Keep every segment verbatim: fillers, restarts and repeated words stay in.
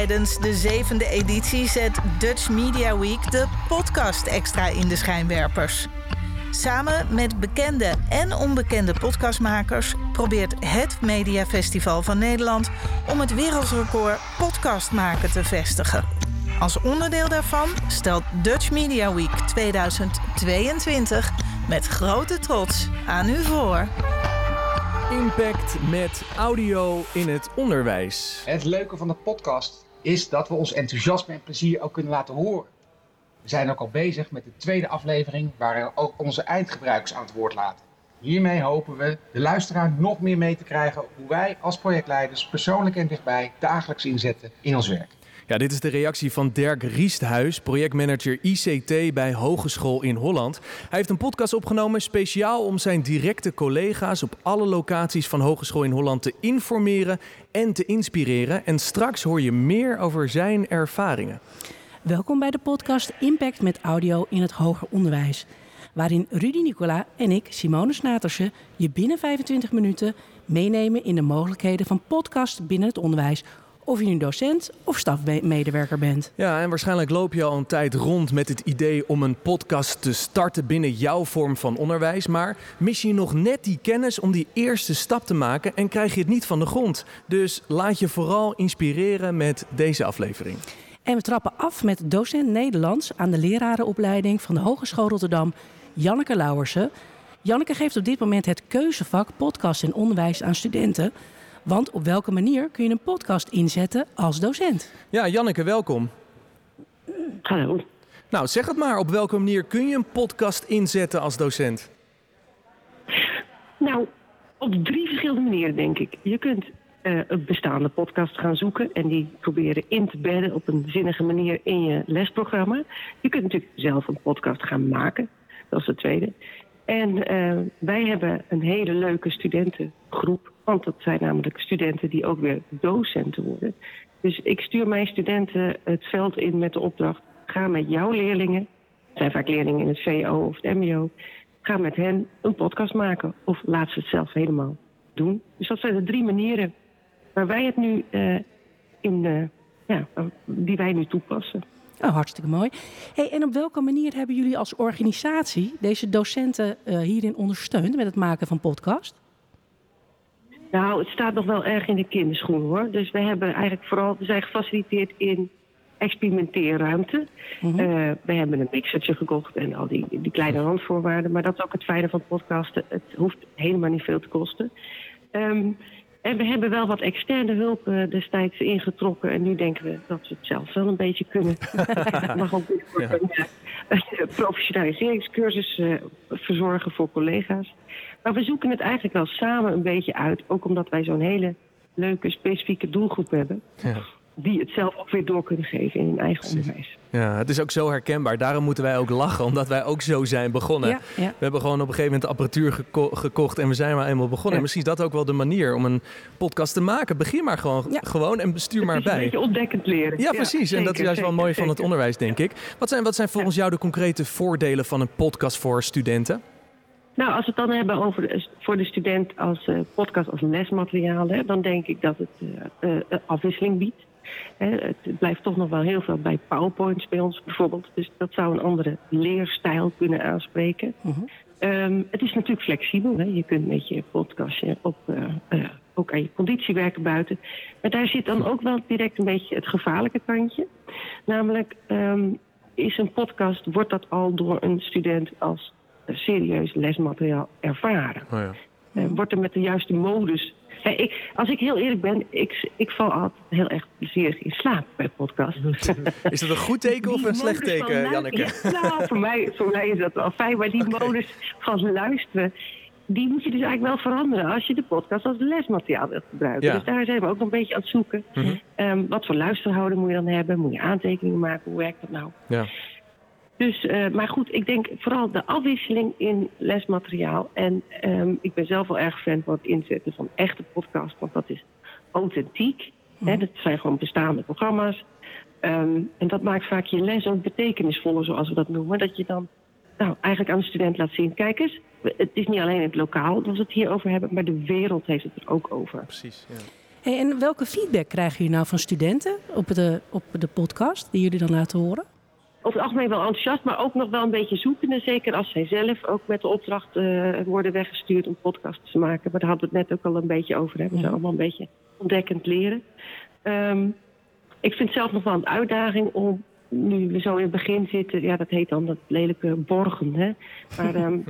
Tijdens de zevende editie zet Dutch Media Week de podcast extra in de schijnwerpers. Samen met bekende en onbekende podcastmakers probeert het Mediafestival van Nederland om het wereldrecord podcast maken te vestigen. Als onderdeel daarvan stelt Dutch Media Week tweeduizend tweeëntwintig met grote trots aan u voor. Impact met audio in het onderwijs. Het leuke van de podcast is dat we ons enthousiasme en plezier ook kunnen laten horen. We zijn ook al bezig met de tweede aflevering waarin we ook onze eindgebruikers aan het woord laten. Hiermee hopen we de luisteraar nog meer mee te krijgen op hoe wij als projectleiders persoonlijk en dichtbij dagelijks inzetten in ons werk. Ja, dit is de reactie van Dirk Riesthuis, projectmanager I C T bij Hogeschool in Holland. Hij heeft een podcast opgenomen speciaal om zijn directe collega's op alle locaties van Hogeschool in Holland te informeren en te inspireren. En straks hoor je meer over zijn ervaringen. Welkom bij de podcast Impact met audio in het hoger onderwijs. Waarin Rudy Nicola en ik, Simone Snatersen, je binnen vijfentwintig minuten meenemen in de mogelijkheden van podcast binnen het onderwijs. Of je nu docent of stafmedewerker bent. Ja, en waarschijnlijk loop je al een tijd rond met het idee om een podcast te starten binnen jouw vorm van onderwijs. Maar mis je nog net die kennis om die eerste stap te maken en krijg je het niet van de grond. Dus laat je vooral inspireren met deze aflevering. En we trappen af met docent Nederlands aan de lerarenopleiding van de Hogeschool Rotterdam, Janneke Lauwersen. Janneke geeft op dit moment het keuzevak podcast en onderwijs aan studenten. Want op welke manier kun je een podcast inzetten als docent? Ja, Janneke, welkom. Hallo. Nou, zeg het maar. Op welke manier kun je een podcast inzetten als docent? Nou, op drie verschillende manieren, denk ik. Je kunt uh, een bestaande podcast gaan zoeken en die proberen in te bedden op een zinnige manier in je lesprogramma. Je kunt natuurlijk zelf een podcast gaan maken. Dat is de tweede. En uh, wij hebben een hele leuke studentengroep. Want dat zijn namelijk studenten die ook weer docenten worden. Dus ik stuur mijn studenten het veld in met de opdracht: ga met jouw leerlingen, het zijn vaak leerlingen in het V O of het M B O, ga met hen een podcast maken. Of laat ze het zelf helemaal doen. Dus dat zijn de drie manieren waar wij het nu uh, in, uh, ja, die wij nu toepassen. Oh, hartstikke mooi. Hey, en op welke manier hebben jullie als organisatie deze docenten uh, hierin ondersteund met het maken van podcast? Nou, het staat nog wel erg in de kinderschoen, hoor. Dus we hebben eigenlijk vooral, we zijn gefaciliteerd in experimenteerruimte. Mm-hmm. Uh, we hebben een mixertje gekocht en al die, die kleine randvoorwaarden. Maar dat is ook het fijne van podcasten. Het hoeft helemaal niet veel te kosten. Um, en we hebben wel wat externe hulp uh, destijds ingetrokken. En nu denken we dat we het zelf wel een beetje kunnen. Dat mag ook ja. een, een professionaliseringscursus uh, verzorgen voor collega's. Maar we zoeken het eigenlijk wel samen een beetje uit. Ook omdat wij zo'n hele leuke, specifieke doelgroep hebben. Ja. Die het zelf ook weer door kunnen geven in hun eigen Precies. onderwijs. Ja, het is ook zo herkenbaar. Daarom moeten wij ook lachen, omdat wij ook zo zijn begonnen. Ja, ja. We hebben gewoon op een gegeven moment apparatuur geko- gekocht en we zijn maar eenmaal begonnen. Ja. En misschien is dat ook wel de manier om een podcast te maken. Begin maar gewoon, ja. gewoon en bestuur maar bij. Een beetje ontdekkend leren. Ja, precies. Ja, zeker, en dat is juist zeker, wel mooi zeker. van het onderwijs, denk ik. Wat zijn, wat zijn volgens jou de concrete voordelen van een podcast voor studenten? Nou, als we het dan hebben over de, voor de student als uh, podcast als lesmateriaal, hè, dan denk ik dat het uh, uh, afwisseling biedt. Hè, het blijft toch nog wel heel veel bij PowerPoints bij ons bijvoorbeeld. Dus dat zou een andere leerstijl kunnen aanspreken. Uh-huh. Um, het is natuurlijk flexibel. Hè. Je kunt met je podcastje op, uh, uh, ook aan je conditie werken buiten. Maar daar zit dan ook wel direct een beetje het gevaarlijke kantje. Namelijk, um, is een podcast, wordt dat al door een student als serieus lesmateriaal ervaren. Oh ja. uh, wordt er met de juiste modus. Hey, ik, als ik heel eerlijk ben, ik, ik val altijd heel erg plezierig in slaap bij podcast. Is dat een goed teken of een slecht teken, Janneke? Ja, nou, voor mij, voor mij is dat wel fijn. Maar die modus van luisteren, die moet je dus eigenlijk wel veranderen als je de podcast als lesmateriaal wilt gebruiken. Ja. Dus daar zijn we ook nog een beetje aan het zoeken. Mm-hmm. Um, wat voor luisterhouden moet je dan hebben? Moet je aantekeningen maken? Hoe werkt dat nou? Ja. Dus, uh, maar goed, ik denk vooral de afwisseling in lesmateriaal. En um, ik ben zelf wel erg fan van het inzetten van echte podcasts. Want dat is authentiek. Mm. Hè, dat zijn gewoon bestaande programma's. Um, en dat maakt vaak je les ook betekenisvoller, zoals we dat noemen. Dat je dan nou, eigenlijk aan de student laat zien. Kijk eens, het is niet alleen het lokaal dat we het hier over hebben. Maar de wereld heeft het er ook over. Precies, ja. Hey, en welke feedback krijgen jullie nou van studenten op de, op de podcast die jullie dan laten horen? Over het algemeen wel enthousiast, maar ook nog wel een beetje zoekende. Zeker als zij zelf ook met de opdracht uh, worden weggestuurd om podcasts te maken. Maar daar hadden we het net ook al een beetje over. Hè. We zijn allemaal een beetje ontdekkend leren. Um, ik vind het zelf nog wel een uitdaging om, nu we zo in het begin zitten, ja, dat heet dan dat lelijke borgen. Hè. Maar um,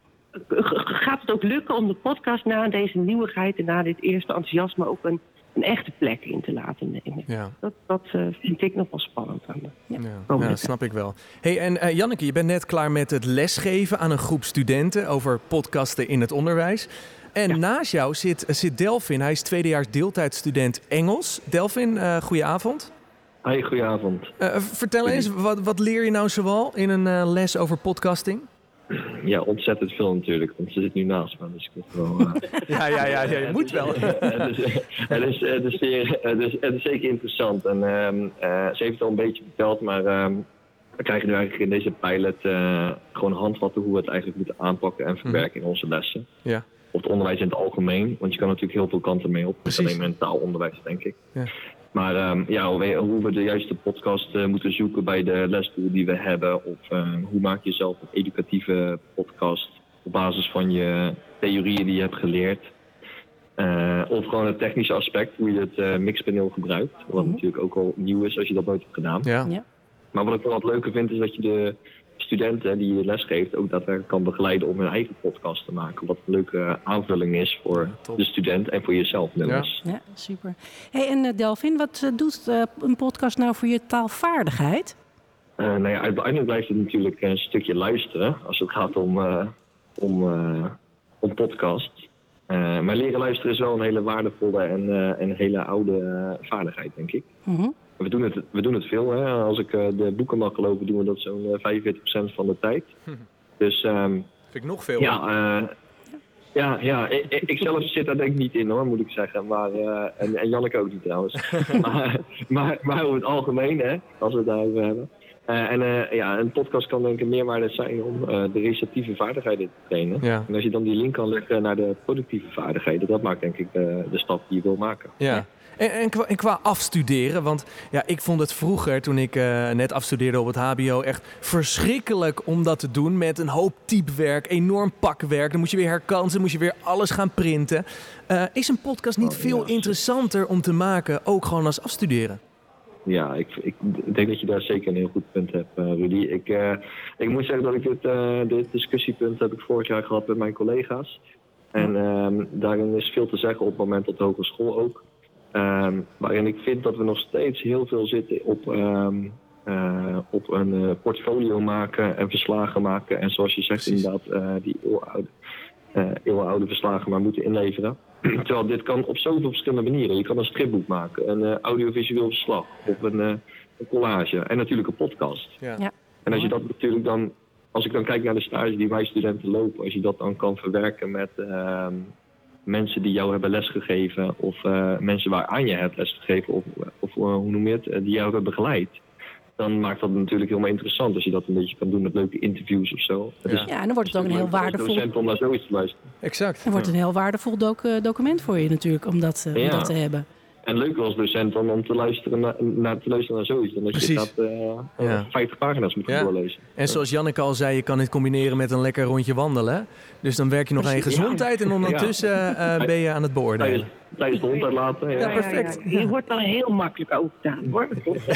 gaat het ook lukken om de podcast na deze nieuwigheid en na dit eerste enthousiasme ook een, een echte plek in te laten nemen? Ja. Dat, dat uh, vind ik nog wel spannend aan de Ja, ja, ja dat snap ik wel. Hey, en uh, Janneke, je bent net klaar met het lesgeven aan een groep studenten over podcasten in het onderwijs. En ja. naast jou zit, zit Delvin. Hij is tweedejaars deeltijdstudent Engels. Delvin, uh, goedenavond. Hoi, goedenavond. Uh, vertel eens, wat, wat leer je nou zoal in een uh, les over podcasting? Ja, ontzettend veel natuurlijk, want ze zit nu naast me, dus ik moet wel... Uh... ja, ja, ja, ja, je moet wel. Het is, het is, het is, zeer, het is, het is zeker interessant. En uh, uh, ze heeft het al een beetje verteld, maar uh, we krijgen nu eigenlijk in deze pilot uh, gewoon handvatten hoe we het eigenlijk moeten aanpakken en verwerken in onze lessen. Ja. Of het onderwijs in het algemeen, want je kan natuurlijk heel veel kanten mee op. Niet alleen mentaal onderwijs, denk ik. Ja. Maar um, ja, hoe we de juiste podcast uh, moeten zoeken bij de lesdoel die we hebben. Of uh, hoe maak je zelf een educatieve podcast op basis van je theorieën die je hebt geleerd. Uh, of gewoon het technische aspect, hoe je het uh, mixpaneel gebruikt. Wat mm-hmm. natuurlijk ook al nieuw is als je dat nooit hebt gedaan. Ja. Ja. Maar wat ik wel wat leuker vind is dat je de studenten die je lesgeeft ook daadwerkelijk kan begeleiden om hun eigen podcast te maken. Wat een leuke aanvulling is voor ja, de student en voor jezelf. Ja. ja, super. Hey, en uh, Delvin, wat uh, doet uh, een podcast nou voor je taalvaardigheid? Uh, nou ja, uiteindelijk blijft het natuurlijk een stukje luisteren als het gaat om, uh, om, uh, om podcast. Uh, maar leren luisteren is wel een hele waardevolle en uh, een hele oude uh, vaardigheid, denk ik. Mm-hmm. We doen het, we doen het veel. Hè. Als ik uh, de boeken mag geloven, doen we dat zo'n uh, vijfenveertig procent van de tijd. Hm. Dus, um, vind ik nog veel. Ja, uh, ja, ja ik, ik zelf zit daar denk ik niet in hoor, moet ik zeggen. Maar, uh, en, en Janneke ook niet trouwens. maar, maar, maar over het algemeen, hè, als we het daarover hebben. Uh, en uh, ja, een podcast kan denk ik een meerwaarde zijn om uh, de receptieve vaardigheden te trainen. Ja. En als je dan die link kan leggen naar de productieve vaardigheden, dat maakt denk ik de, de stap die je wil maken. Ja. En, en, qua, en qua afstuderen, want ja, ik vond het vroeger, toen ik uh, net afstudeerde op het hbo, echt verschrikkelijk om dat te doen met een hoop typewerk, enorm pakwerk. Dan moet je weer herkansen, moet je weer alles gaan printen. Uh, is een podcast niet oh, veel ja, interessanter om te maken, ook gewoon als afstuderen? Ja, ik, ik denk dat je daar zeker een heel goed punt hebt, uh, Rudy. Ik, uh, ik moet zeggen dat ik dit, uh, dit discussiepunt heb ik vorig jaar gehad met mijn collega's. En uh, daarin is veel te zeggen op het moment op de hogeschool ook. Um, waarin ik vind dat we nog steeds heel veel zitten op, um, uh, op een uh, portfolio maken en verslagen maken. En zoals je zegt, Precies. inderdaad, uh, die eeuwenoude, uh, eeuwenoude verslagen maar moeten inleveren. Terwijl dit kan op zoveel verschillende manieren. Je kan een stripboek maken, een uh, audiovisueel verslag of een, uh, een collage en natuurlijk een podcast. Ja. Ja. En als je dat natuurlijk dan, als ik dan kijk naar de stage die mijn studenten lopen, als je dat dan kan verwerken met Uh, mensen die jou hebben lesgegeven of uh, mensen waaraan je hebt lesgegeven of, of uh, hoe noem je het, uh, die jou hebben begeleid. Dan maakt dat natuurlijk helemaal interessant als je dat een beetje kan doen met leuke interviews of zo. Ja, dus, ja en dan wordt het ook een heel waardevol... om naar zoiets te luisteren. Exact. Dan wordt het een heel waardevol doc- document voor je natuurlijk om dat, uh, ja. om dat te hebben. En leuk als docent dan om te luisteren naar, naar, te luisteren naar zoiets. Dan dat Precies. je dat uh, ja. vijftig pagina's moet ja. doorlezen. En zoals Janneke al zei, je kan het combineren met een lekker rondje wandelen. Dus dan werk je nog Precies. aan je gezondheid ja. en ondertussen uh, ben je aan het beoordelen. Tijdens de hond uitlaten. Ja, ja, perfect. Ja, ja. Je wordt wel heel makkelijk overgedaan hoor.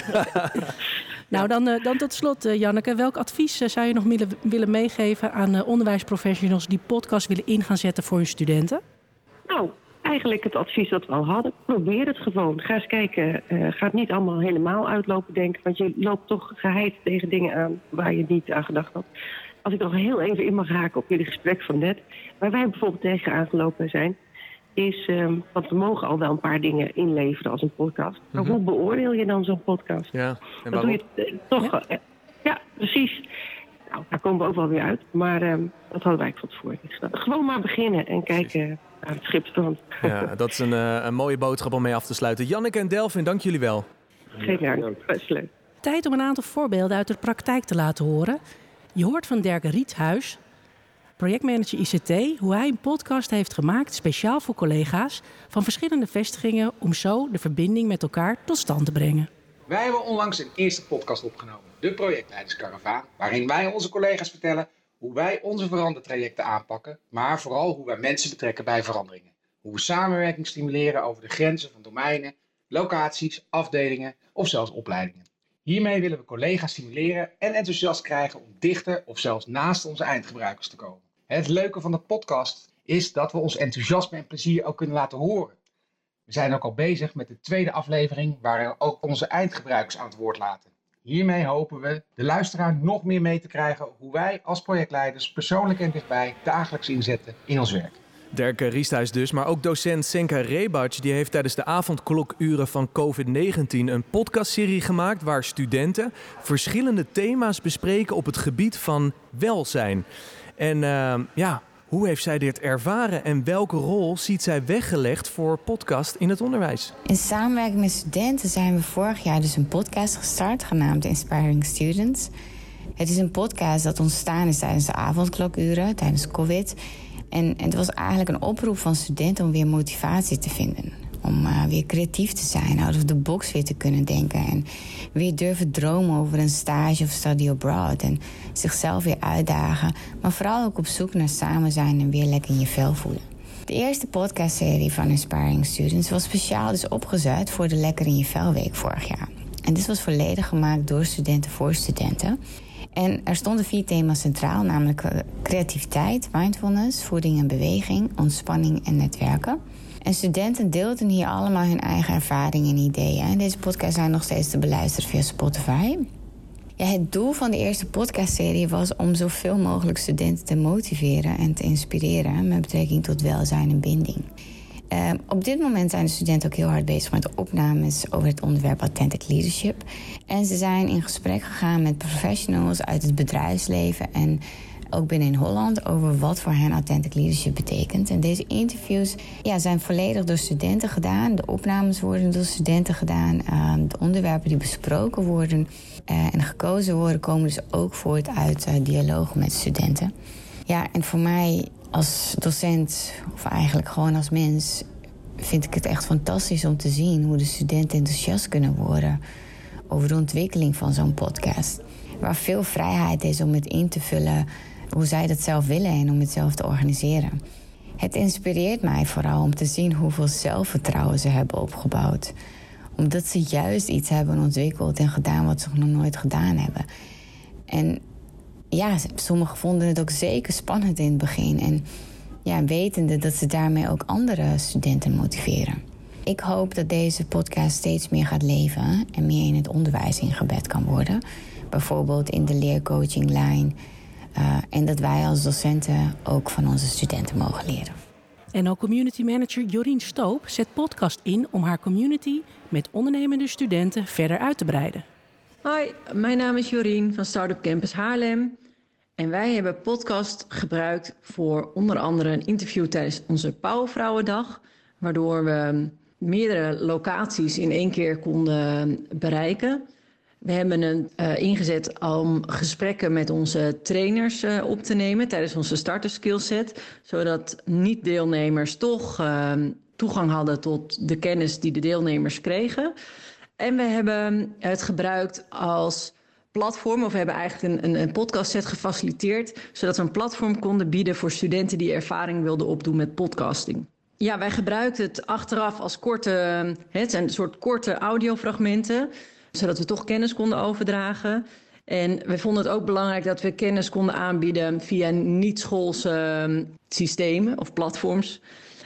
Nou, dan, uh, dan tot slot, uh, Janneke. Welk advies uh, zou je nog willen, willen meegeven aan uh, onderwijsprofessionals die podcast willen in gaan zetten voor hun studenten? Nou, eigenlijk het advies dat we al hadden. Probeer het gewoon. Ga eens kijken. Uh, ga het niet allemaal helemaal uitlopen denken. Want je loopt toch geheid tegen dingen aan waar je niet aan gedacht had. Als ik nog heel even in mag haken op jullie gesprek van net. Waar wij bijvoorbeeld tegen aangelopen zijn. Is, um, want we mogen al wel een paar dingen inleveren als een podcast. Maar mm-hmm. hoe beoordeel je dan zo'n podcast? Ja, en dan doe je het uh, toch. Ja? Uh, ja, precies. Nou, daar komen we ook wel weer uit. Maar um, dat hadden wij van tevoren niet gedaan. Gewoon maar beginnen en kijken naar het schipstrand. Ja, dat is een, uh, een mooie boodschap om mee af te sluiten. Janneke en Delvin, dank jullie wel. Geen dank, best leuk. Tijd om een aantal voorbeelden uit de praktijk te laten horen. Je hoort van Dirk Riethuis. projectmanager I C T, hoe hij een podcast heeft gemaakt speciaal voor collega's van verschillende vestigingen om zo de verbinding met elkaar tot stand te brengen. Wij hebben onlangs een eerste podcast opgenomen, de Projectleiderskaravaan, waarin wij onze collega's vertellen hoe wij onze verandertrajecten aanpakken, maar vooral hoe wij mensen betrekken bij veranderingen. Hoe we samenwerking stimuleren over de grenzen van domeinen, locaties, afdelingen of zelfs opleidingen. Hiermee willen we collega's stimuleren en enthousiast krijgen om dichter of zelfs naast onze eindgebruikers te komen. Het leuke van de podcast is dat we ons enthousiasme en plezier ook kunnen laten horen. We zijn ook al bezig met de tweede aflevering waarin we ook onze eindgebruikers aan het woord laten. Hiermee hopen we de luisteraar nog meer mee te krijgen hoe wij als projectleiders persoonlijk en dichtbij dagelijks inzetten in ons werk. Dirk Riesthuis dus, maar ook docent Senka Rebac, die heeft tijdens de avondklokuren van covid negentien een podcastserie gemaakt waar studenten verschillende thema's bespreken op het gebied van welzijn. En uh, ja, hoe heeft zij dit ervaren en welke rol ziet zij weggelegd voor podcast in het onderwijs? In samenwerking met studenten zijn we vorig jaar dus een podcast gestart genaamd Inspiring Students. Het is een podcast dat ontstaan is tijdens de avondklokuren, tijdens COVID. En het was eigenlijk een oproep van studenten om weer motivatie te vinden. Om uh, weer creatief te zijn, out of the box weer te kunnen denken. En weer durven dromen over een stage of study abroad. En zichzelf weer uitdagen. Maar vooral ook op zoek naar samen zijn en weer lekker in je vel voelen. De eerste podcastserie van Inspiring Students was speciaal dus opgezet voor de Lekker in je vel week vorig jaar. En dit was volledig gemaakt door studenten voor studenten. En er stonden vier thema's centraal, namelijk creativiteit, mindfulness, voeding en beweging, ontspanning en netwerken. En studenten deelden hier allemaal hun eigen ervaringen en ideeën. En deze podcasts zijn nog steeds te beluisteren via Spotify. Ja, het doel van de eerste podcastserie was om zoveel mogelijk studenten te motiveren en te inspireren met betrekking tot welzijn en binding. Uh, op dit moment zijn de studenten ook heel hard bezig met de opnames over het onderwerp Authentic Leadership. En ze zijn in gesprek gegaan met professionals uit het bedrijfsleven en ook binnen in Holland over wat voor hen Authentic Leadership betekent. En deze interviews ja, zijn volledig door studenten gedaan. De opnames worden door studenten gedaan. Uh, de onderwerpen die besproken worden uh, en gekozen worden komen dus ook voort uit uh, dialogen met studenten. Ja, en voor mij als docent, of eigenlijk gewoon als mens, vind ik het echt fantastisch om te zien hoe de studenten enthousiast kunnen worden over de ontwikkeling van zo'n podcast. Waar veel vrijheid is om het in te vullen hoe zij dat zelf willen en om het zelf te organiseren. Het inspireert mij vooral om te zien hoeveel zelfvertrouwen ze hebben opgebouwd. Omdat ze juist iets hebben ontwikkeld en gedaan wat ze nog nooit gedaan hebben. En ja, sommigen vonden het ook zeker spannend in het begin. En ja, wetende dat ze daarmee ook andere studenten motiveren. Ik hoop dat deze podcast steeds meer gaat leven en meer in het onderwijs ingebed kan worden. Bijvoorbeeld in de leercoachinglijn. Uh, en dat wij als docenten ook van onze studenten mogen leren. En ook community manager Jorien Stoop zet podcast in om haar community met ondernemende studenten verder uit te breiden. Hoi, mijn naam is Jorien van Startup Campus Haarlem. En wij hebben podcast gebruikt voor onder andere een interview tijdens onze Powervrouwendag. Waardoor we meerdere locaties in één keer konden bereiken. We hebben het uh, ingezet om gesprekken met onze trainers uh, op te nemen tijdens onze starter skillset. Zodat niet-deelnemers toch uh, toegang hadden tot de kennis die de deelnemers kregen. En we hebben het gebruikt als platform, of we hebben eigenlijk een, een podcastset gefaciliteerd, zodat we een platform konden bieden voor studenten die ervaring wilden opdoen met podcasting. Ja, wij gebruikten het achteraf als korte, het zijn een soort korte audiofragmenten, zodat we toch kennis konden overdragen. En we vonden het ook belangrijk dat we kennis konden aanbieden via niet-schoolse systemen of platforms.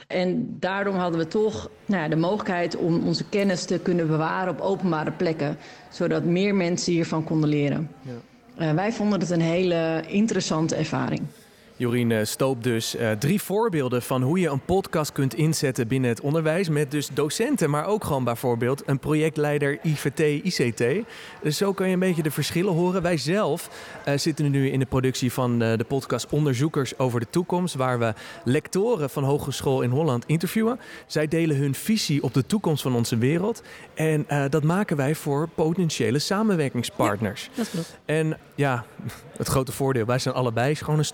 En daarom hadden we toch nou ja, de mogelijkheid om onze kennis te kunnen bewaren op openbare plekken. Zodat meer mensen hiervan konden leren. Ja. Uh, wij vonden het een hele interessante ervaring. Jorien Stoop dus. Uh, drie voorbeelden van hoe je een podcast kunt inzetten binnen het onderwijs. Met dus docenten, maar ook gewoon bijvoorbeeld een projectleider I V T, I C T. Dus zo kan je een beetje de verschillen horen. Wij zelf uh, zitten nu in de productie van uh, de podcast Onderzoekers over de toekomst. Waar we lectoren van Hogeschool in Holland interviewen. Zij delen hun visie op de toekomst van onze wereld. En uh, dat maken wij voor potentiële samenwerkingspartners. Ja, dat klopt. En ja, het grote voordeel, wij zijn allebei gewoon een stuk slimmer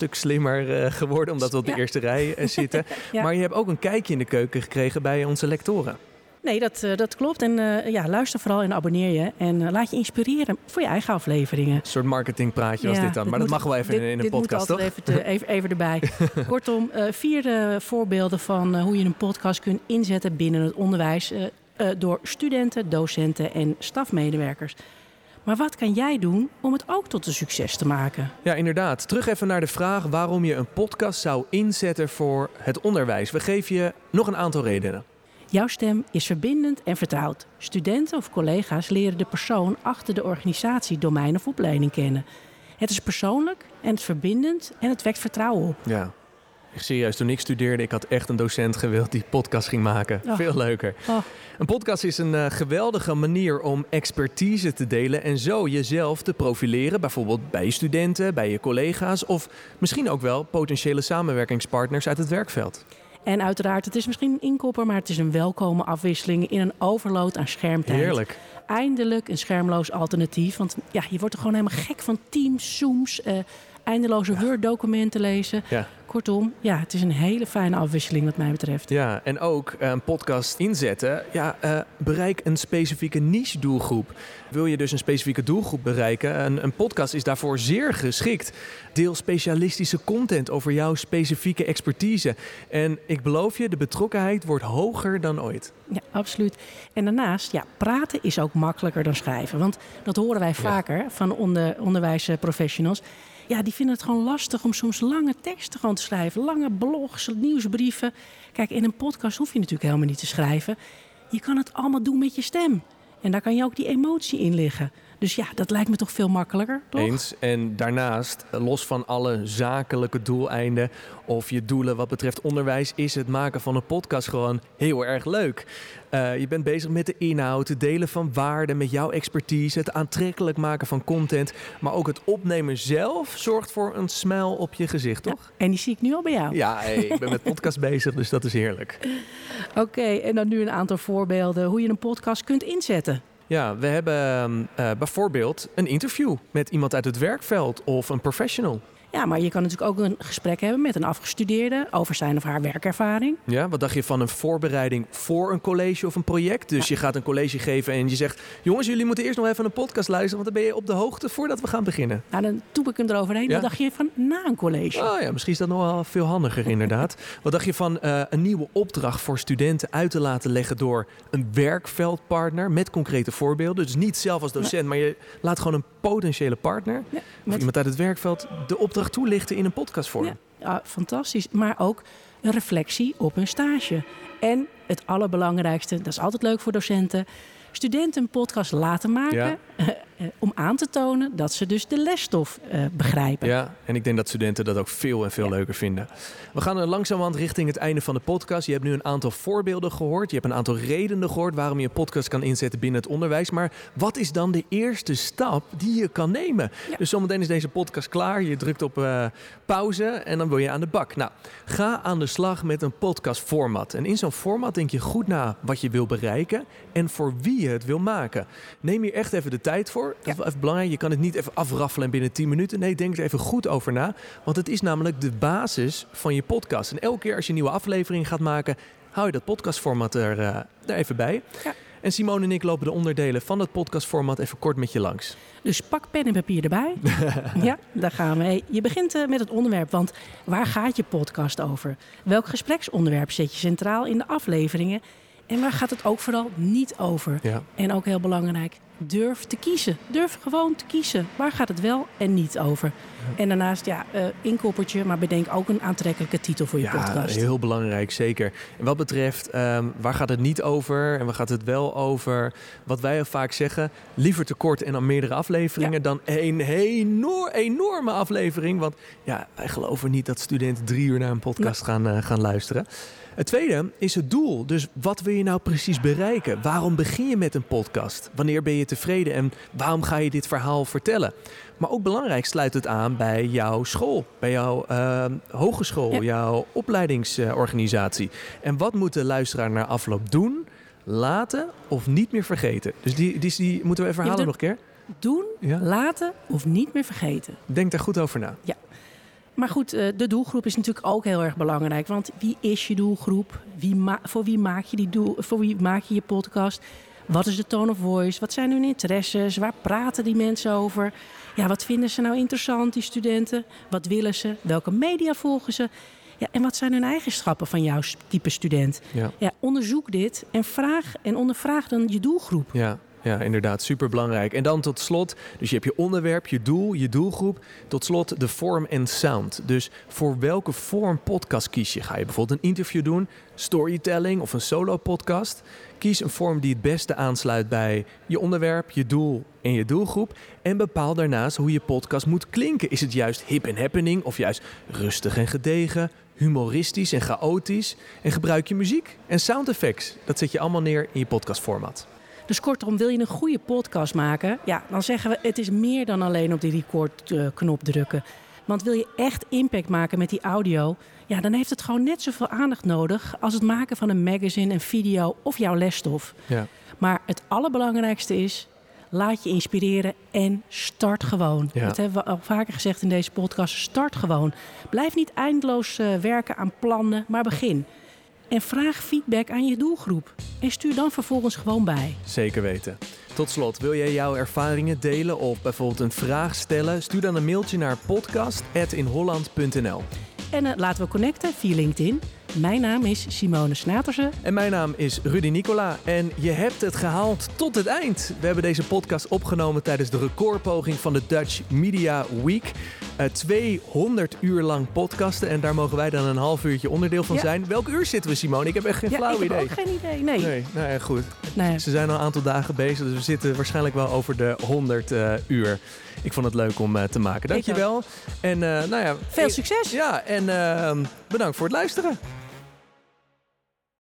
warmer uh, geworden, omdat we op de ja. eerste rij uh, zitten. ja. Maar je hebt ook een kijkje in de keuken gekregen bij onze lectoren. Nee, dat, uh, dat klopt. En uh, ja, luister vooral en abonneer je. En uh, laat je inspireren voor je eigen afleveringen. Een soort marketingpraatje was ja, dit dan. Dit maar moet, dat mag wel even dit, in, in een podcast, toch? Dit moet altijd even, te, even, even erbij. Kortom, uh, vier uh, voorbeelden van uh, hoe je een podcast kunt inzetten binnen het onderwijs. Uh, uh, door studenten, docenten en stafmedewerkers. Maar wat kan jij doen om het ook tot een succes te maken? Ja, inderdaad. Terug even naar de vraag waarom je een podcast zou inzetten voor het onderwijs. We geven je nog een aantal redenen. Jouw stem is verbindend en vertrouwd. Studenten of collega's leren de persoon achter de organisatie, domein of opleiding kennen. Het is persoonlijk en het is verbindend en het wekt vertrouwen op. Ja. Serieus, toen ik studeerde, ik had echt een docent gewild die podcast ging maken. Oh. Veel leuker. Oh. Een podcast is een uh, geweldige manier om expertise te delen en zo jezelf te profileren. Bijvoorbeeld bij je studenten, bij je collega's of misschien ook wel potentiële samenwerkingspartners uit het werkveld. En uiteraard, het is misschien een inkopper, maar het is een welkome afwisseling in een overload aan schermtijd. Heerlijk. Eindelijk een schermloos alternatief, want ja, je wordt er gewoon helemaal gek van Teams, Zooms, uh, eindeloze ja. Word-documenten lezen. Ja. Kortom, ja, het is een hele fijne afwisseling wat mij betreft. Ja, en ook uh, een podcast inzetten. Ja, uh, bereik een specifieke niche-doelgroep. Wil je dus een specifieke doelgroep bereiken? Een, een podcast is daarvoor zeer geschikt. Deel specialistische content over jouw specifieke expertise. En ik beloof je, de betrokkenheid wordt hoger dan ooit. Ja, absoluut. En daarnaast, ja, praten is ook makkelijker dan schrijven. Want dat horen wij vaker ja. van onder, onderwijsprofessionals. Ja, die vinden het gewoon lastig om soms lange teksten gewoon te schrijven. Lange blogs, nieuwsbrieven. Kijk, in een podcast hoef je natuurlijk helemaal niet te schrijven. Je kan het allemaal doen met je stem. En daar kan je ook die emotie in liggen. Dus ja, dat lijkt me toch veel makkelijker, toch? Eens. En daarnaast, los van alle zakelijke doeleinden of je doelen wat betreft onderwijs, is het maken van een podcast gewoon heel erg leuk. Uh, je bent bezig met de inhoud, het delen van waarden met jouw expertise, het aantrekkelijk maken van content, maar ook het opnemen zelf zorgt voor een smile op je gezicht, toch? Ja, en die zie ik nu al bij jou. Ja, hey, ik ben met podcast bezig, dus dat is heerlijk. Oké, okay, en dan nu een aantal voorbeelden hoe je een podcast kunt inzetten. Ja, we hebben uh, bijvoorbeeld een interview met iemand uit het werkveld of een professional. Ja, maar je kan natuurlijk ook een gesprek hebben met een afgestudeerde over zijn of haar werkervaring. Ja, wat dacht je van een voorbereiding voor een college of een project? Dus ja. je gaat een college geven en je zegt, jongens, jullie moeten eerst nog even een podcast luisteren, want dan ben je op de hoogte voordat we gaan beginnen. Nou, dan toep ik hem eroverheen. Ja? Wat dacht je van na een college? Oh ja, misschien is dat nog wel veel handiger inderdaad. Wat dacht je van uh, een nieuwe opdracht voor studenten uit te laten leggen door een werkveldpartner met concrete voorbeelden? Dus niet zelf als docent, ja. maar je laat gewoon een potentiële partner ja, of iemand uit het werkveld de opdracht toelichten in een podcastvorm. Ja, ja, fantastisch. Maar ook een reflectie op een stage. En het allerbelangrijkste, dat is altijd leuk voor docenten, studenten een podcast laten maken ja. uh, uh, om aan te tonen dat ze dus de lesstof uh, begrijpen. Ja, en ik denk dat studenten dat ook veel en veel ja. leuker vinden. We gaan er langzamerhand richting het einde van de podcast. Je hebt nu een aantal voorbeelden gehoord. Je hebt een aantal redenen gehoord waarom je een podcast kan inzetten binnen het onderwijs. Maar wat is dan de eerste stap die je kan nemen? Ja. Dus zometeen is deze podcast klaar. Je drukt op uh, pauze en dan wil je aan de bak. Nou, ga aan de slag met een podcastformat. En in zo'n format denk je goed na wat je wil bereiken en voor wie je het wil maken. Neem hier echt even de tijd voor. Dat is wel even belangrijk. Je kan het niet even afraffelen binnen tien minuten. Nee, denk er even goed over na. Want het is namelijk de basis van je podcast. En elke keer als je een nieuwe aflevering gaat maken, hou je dat podcastformat er, uh, er even bij. Ja. En Simone en ik lopen de onderdelen van dat podcastformat even kort met je langs. Dus pak pen en papier erbij. Ja, daar gaan we. Hey, je begint uh, met het onderwerp, want waar gaat je podcast over? Welk gespreksonderwerp zet je centraal in de afleveringen? En waar gaat het ook vooral niet over? Ja. En ook heel belangrijk, durf te kiezen. Durf gewoon te kiezen. Waar gaat het wel en niet over? Ja. En daarnaast, ja, uh, inkoppertje, maar bedenk ook een aantrekkelijke titel voor je ja, podcast. Ja, heel belangrijk, zeker. En wat betreft, um, waar gaat het niet over en waar gaat het wel over? Wat wij al vaak zeggen, liever te kort en dan meerdere afleveringen ja. dan een enorm, enorme aflevering. Want ja, wij geloven niet dat studenten drie uur naar een podcast ja. gaan, uh, gaan luisteren. Het tweede is het doel. Dus wat wil je nou precies bereiken? Waarom begin je met een podcast? Wanneer ben je tevreden en waarom ga je dit verhaal vertellen? Maar ook belangrijk sluit het aan bij jouw school, bij jouw uh, hogeschool, ja. jouw opleidingsorganisatie. En wat moet de luisteraar na afloop doen, laten of niet meer vergeten? Dus die, die, die moeten we even herhalen nog een keer. Doen, ja. laten of niet meer vergeten. Denk daar goed over na. Ja. maar goed, uh, de doelgroep is natuurlijk ook heel erg belangrijk. Want wie is je doelgroep? Wie ma- voor, wie maak je die doel- voor wie maak je je podcast? Wat is de tone of voice? Wat zijn hun interesses? Waar praten die mensen over? Ja, wat vinden ze nou interessant, die studenten? Wat willen ze? Welke media volgen ze? Ja, en wat zijn hun eigenschappen van jouw type student? Ja. Ja, onderzoek dit en vraag en ondervraag dan je doelgroep. Ja. Ja, inderdaad, superbelangrijk. En dan tot slot, dus je hebt je onderwerp, je doel, je doelgroep. Tot slot de vorm en sound. Dus voor welke vorm podcast kies je? Ga je bijvoorbeeld een interview doen, storytelling of een solo podcast? Kies een vorm die het beste aansluit bij je onderwerp, je doel en je doelgroep. En bepaal daarnaast hoe je podcast moet klinken. Is het juist hip en happening of juist rustig en gedegen, humoristisch en chaotisch? En gebruik je muziek en sound effects. Dat zet je allemaal neer in je podcastformat. Dus kortom, wil je een goede podcast maken? Ja, dan zeggen we, het is meer dan alleen op die recordknop drukken. Want wil je echt impact maken met die audio, ja, dan heeft het gewoon net zoveel aandacht nodig als het maken van een magazine, een video of jouw lesstof. Ja. Maar het allerbelangrijkste is, laat je inspireren en start gewoon. Ja. Dat hebben we al vaker gezegd in deze podcast. Start gewoon. Blijf niet eindeloos uh, werken aan plannen, maar begin. En vraag feedback aan je doelgroep. En stuur dan vervolgens gewoon bij. Zeker weten. Tot slot, wil jij jouw ervaringen delen of bijvoorbeeld een vraag stellen? Stuur dan een mailtje naar podcast at in holland punt n l. En uh, laten we connecten via LinkedIn. Mijn naam is Simone Snatersen. En mijn naam is Rudy Nicola. En je hebt het gehaald tot het eind. We hebben deze podcast opgenomen tijdens de recordpoging van de Dutch Media Week. Uh, tweehonderd uur lang podcasten. En daar mogen wij dan een half uurtje onderdeel van ja. zijn. Welk uur zitten we, Simone? Ik heb echt geen ja, flauw ik idee. Ik heb ook geen idee, nee. Nee, nou ja, goed. Nee. Ze zijn al een aantal dagen bezig. Dus we zitten waarschijnlijk wel over de honderd uh, uur. Ik vond het leuk om uh, te maken. Dankjewel. En uh, nou ja, veel succes. Ja, en uh, bedankt voor het luisteren.